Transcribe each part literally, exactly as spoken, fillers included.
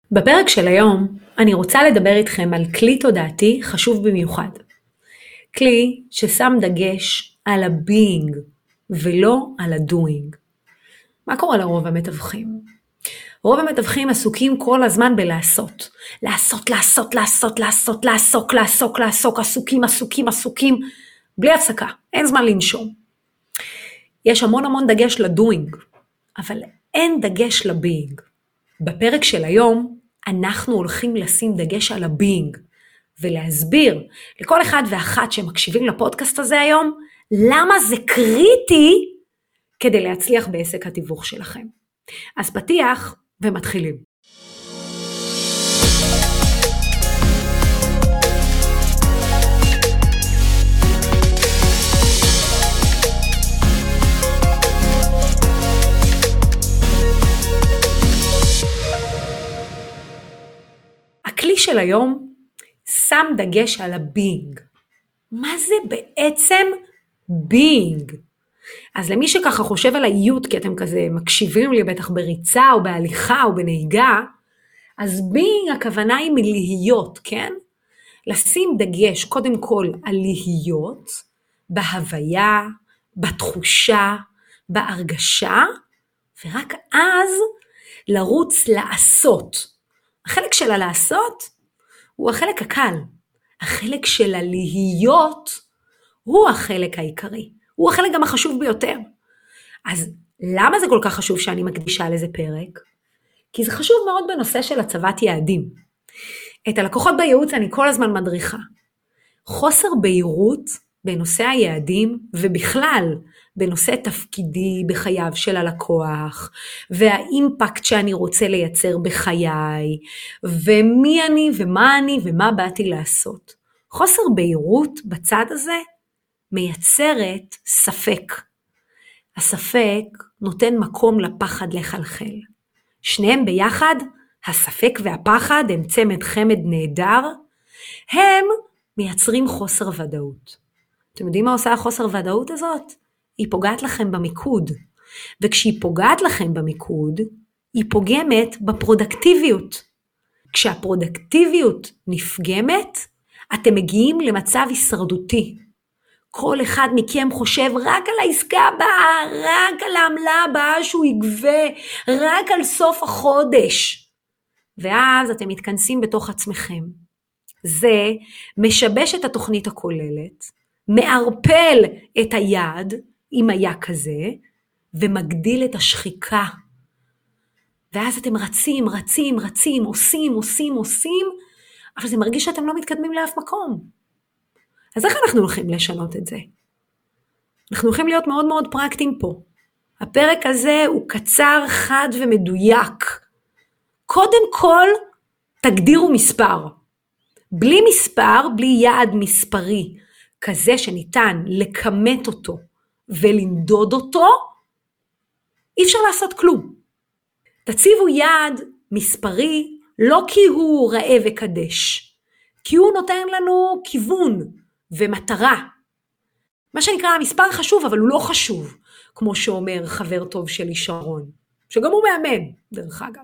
בפרק של היום אני רוצה לדבר איתכם על כלי תודעתי חשוב במיוחד. כלי ששם דגש על ה-being ולא על ה-doing. מה קורה לרוב המתווכים? רוב המתווכים עסוקים כל הזמן בלעשות. לעשות, לעשות, לעשות, לעשות, לעסוק, לעסוק, לעסוק, עסוקים, עסוקים, עסוקים, בלי הפסקה, אין זמן לנשום. יש המון המון דגש ל-doing, אבל אין דגש ל-being. בפרק של היום אנחנו הולכים לשים דגש על ה-being, ולהסביר לכל אחד ואחת שמקשיבים לפודקאסט הזה היום, למה זה קריטי כדי להצליח בעסק התיווך שלכם. אז פתיח ומתחילים. הכלי של היום שם דגש על ה-being. מה זה בעצם being? אז למי שככה חושב על האיות, כי אתם כזה מקשיבים לי בטח בריצה או בהליכה או בנהיגה, אז being הכוונה היא מלהיות, כן? לשים דגש קודם כל על להיות, בהוויה, בתחושה, בהרגשה, ורק אז לרוץ לעשות. החלק של הלעשות הוא החלק הקל. החלק של הלהיות הוא החלק העיקרי. הוא החלק גם החשוב ביותר. אז למה זה כל כך חשוב שאני מקדישה לזה פרק? כי זה חשוב מאוד בנושא של הצבת יעדים. את הלקוחות בייעוץ אני כל הזמן מדריכה. חוסר בהירות בנושא היעדים ובכלל בנושא תפקידי בחייו של הלקוח, והאימפקט שאני רוצה לייצר בחיי, ומי אני ומה אני ומה באתי לעשות. חוסר בהירות בצד הזה מייצרת ספק. הספק נותן מקום לפחד לחלחל. שניהם ביחד, הספק והפחד הם צמד חמד נהדר, הם מייצרים חוסר ודאות. אתם יודעים מה עושה החוסר ודאות הזאת? היא פוגעת לכם במיקוד, וכשהיא פוגעת לכם במיקוד, היא פוגמת בפרודקטיביות. כשהפרודקטיביות נפגמת, אתם מגיעים למצב הישרדותי. כל אחד מכם חושב רק על העסקה הבאה, רק על העמלה הבאה שהוא יגבה, רק על סוף החודש. ואז אתם מתכנסים בתוך עצמכם. זה משבש את התוכנית הכוללת, מערפל את היעד, אם היה כזה, ומגדיל את השחיקה. ואז אתם רצים, רצים, רצים, עושים, עושים, עושים, אבל זה מרגיש שאתם לא מתקדמים לאף מקום. אז איך אנחנו הולכים לשנות את זה? אנחנו הולכים להיות מאוד מאוד פרקטיים פה. הפרק הזה הוא קצר, חד ומדויק. קודם כל, תגדירו מספר. בלי מספר, בלי יעד מספרי, כזה שניתן לקמת אותו ולמדוד אותו, אי אפשר לעשות כלום. תציבו יעד מספרי, לא כי הוא ראה וקדש, כי הוא נותן לנו כיוון ומטרה. מה שנקרא, המספר חשוב, אבל הוא לא חשוב, כמו שאומר חבר טוב שלי שרון, שגם הוא מאמן, דרך אגב.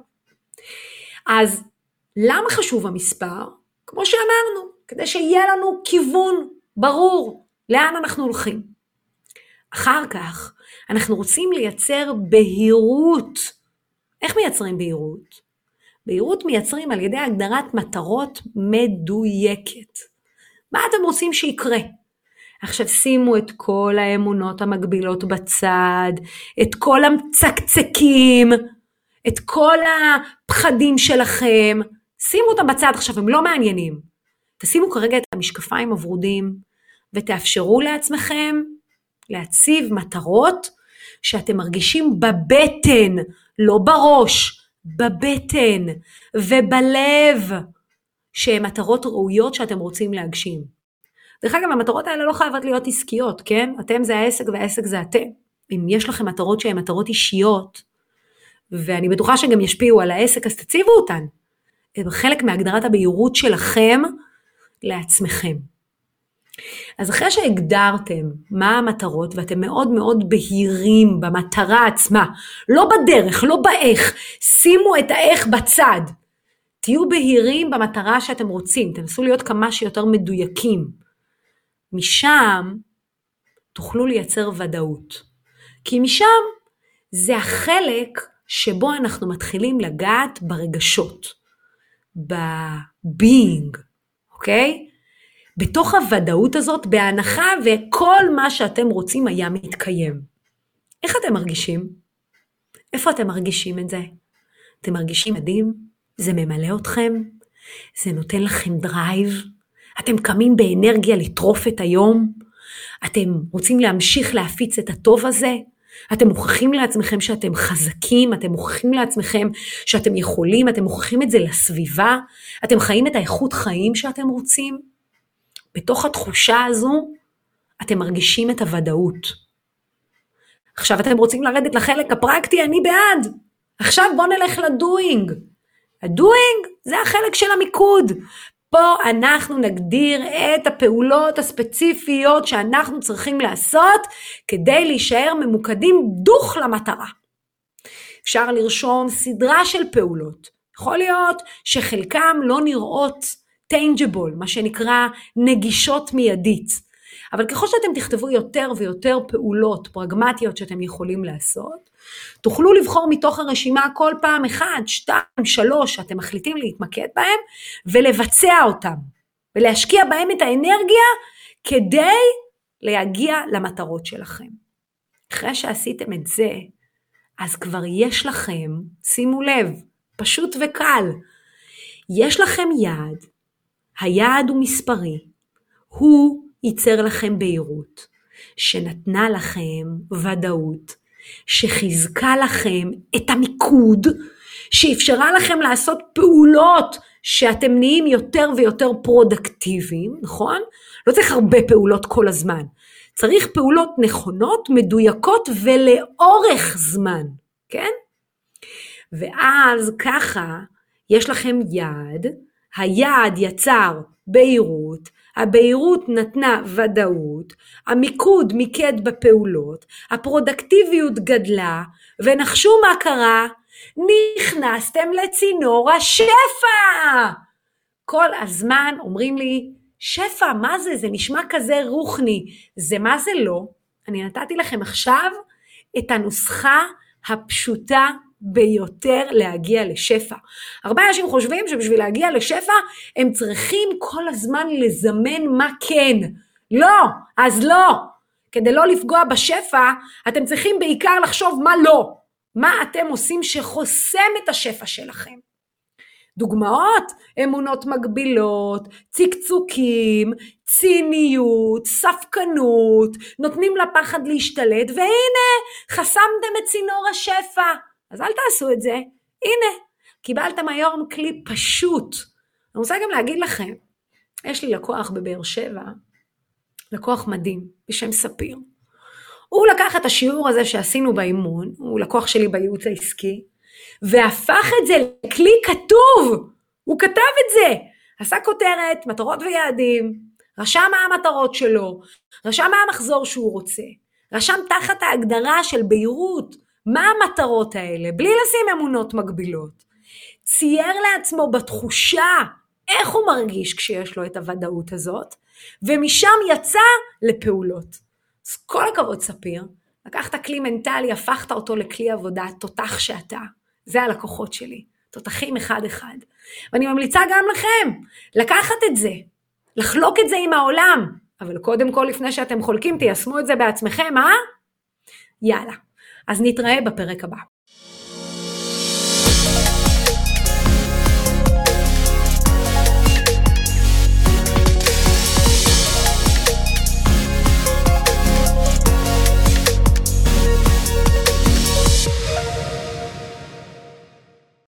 אז למה חשוב המספר? כמו שאמרנו, כדי שיהיה לנו כיוון ברור לאן אנחנו הולכים. אחר כך, אנחנו רוצים לייצר בהירות. איך מייצרים בהירות? בהירות מייצרים על ידי הגדרת מטרות מדויקת. מה אתם רוצים שיקרה? עכשיו שימו את כל האמונות המקבילות בצד, את כל המצקצקים, את כל הפחדים שלכם, שימו אותם בצד, עכשיו הם לא מעניינים. תשימו כרגע את המשקפיים הוורודים, ותאפשרו לעצמכם להציב מטרות שאתם מרגישים בבטן, לא בראש, בבטן ובלב, שהן מטרות ראויות שאתם רוצים להגשים. דרך אגב, המטרות האלה לא חייבות להיות עסקיות, כן? אתם זה העסק והעסק זה אתם. אם יש לכם מטרות שהן מטרות אישיות, ואני בטוחה שגם ישפיעו על העסק, אז תציבו אותן. זה חלק מהגדרת הבהירות שלכם לעצמכם. אז אחרי שהגדרתם מה המטרות, ואתם מאוד מאוד בהירים במטרה עצמה, לא בדרך, לא באיך, שימו את האיך בצד, תהיו בהירים במטרה שאתם רוצים, תנסו להיות כמה שיותר מדויקים. משם תוכלו לייצר ודאות. כי משם זה החלק שבו אנחנו מתחילים לגעת ברגשות, בביינג, אוקיי? בתוך הוודאות הזאת, בהנחה וכל מה שאתם רוצים היה מתקיים. איך אתם מרגישים? איפה אתם מרגישים את זה? אתם מרגישים מדהים? זה ממלא אתכם? זה נותן לכם דרייב? אתם קמים באנרגיה לטרוף את היום? אתם רוצים להמשיך להפיץ את הטוב הזה? אתם מוכיחים לעצמכם שאתם חזקים, אתם מוכיחים לעצמכם שאתם יכולים, אתם מוכיחים את זה לסביבה, אתם חיים את האיכות חיים שאתם רוצים? בתוך התחושה הזו, אתם מרגישים את הוודאות. עכשיו אתם רוצים לרדת לחלק הפרקטי, אני בעד. עכשיו בוא נלך לדוינג. הדוינג זה החלק של המיקוד. פה אנחנו נגדיר את הפעולות הספציפיות שאנחנו צריכים לעשות כדי להישאר ממוקדים דוך למטרה. אפשר לרשום סדרה של פעולות. יכול להיות שחלקם לא נראות tangible, מה שנקרא נגישות מיידית. אבל ככל שאתם תכתבו יותר ויותר פעולות פרגמטיות שאתם יכולים לעשות, תוכלו לבחור מתוך הרשימה כל פעם אחד, שתיים, שלוש, שאתם מחליטים להתמקד בהם, ולבצע אותם, ולהשקיע בהם את האנרגיה, כדי להגיע למטרות שלכם. אחרי שעשיתם את זה, אז כבר יש לכם, שימו לב, פשוט וקל, יש לכם יעד, היעד הוא מספרי, הוא ייצר לכם בהירות, שנתנה לכם ודאות, שחיזקה לכם את המיקוד, שאפשרה לכם לעשות פעולות שאתם נהיים יותר ויותר פרודקטיביים, נכון? לא צריך הרבה פעולות כל הזמן, צריך פעולות נכונות, מדויקות ולאורך זמן, כן? ואז ככה יש לכם יעד, היעד יצר בהירות, הבהירות נתנה ודאות, המיקוד מיקד בפעולות, הפרודקטיביות גדלה, ונחשו מה קרה? נכנסתם לצינור השפע! כל הזמן אומרים לי, שפע, מה זה? זה נשמע כזה רוחני. זה מה זה לא? אני נתתי לכם עכשיו את הנוסחה הפשוטה ביותר להגיע לשפע. הרבה אנשים חושבים שבשביל להגיע לשפע, הם צריכים כל הזמן לזמן מה כן. לא, אז לא. כדי לא לפגוע בשפע, אתם צריכים בעיקר לחשוב מה לא. מה אתם עושים שחוסם את השפע שלכם. דוגמאות, אמונות מגבילות, צקצוקים, ציניות, ספקנות, נותנים לפחד להשתלט, והנה, חסמתם את צינור השפע. אז אל תעשו את זה, הנה, קיבלתם היום כלי פשוט. אני רוצה גם להגיד לכם, יש לי לקוח בבאר שבע, לקוח מדהים, בשם ספיר. הוא לקח את השיעור הזה שעשינו באימון, הוא לקוח שלי בייעוץ העסקי, והפך את זה לכלי כתוב, הוא כתב את זה, עשה כותרת, מטרות ויעדים, רשם מה המטרות שלו, רשם מה המחזור שהוא רוצה, רשם תחת ההגדרה של בהירות, מה המטרות האלה, בלי לשים אמונות מגבילות, צייר לעצמו בתחושה, איך הוא מרגיש כשיש לו את הוודאות הזאת, ומשם יצא לפעולות. אז כל הכבוד ספיר, לקחת כלי מנטלי, הפכת אותו לכלי עבודה, תותח שאתה, זה הלקוחות שלי, תותחים אחד אחד. ואני ממליצה גם לכם, לקחת את זה, לחלוק את זה עם העולם, אבל קודם כל לפני שאתם חולקים, תיישמו את זה בעצמכם, אה? יאללה, אז נתראה בפרק הבא.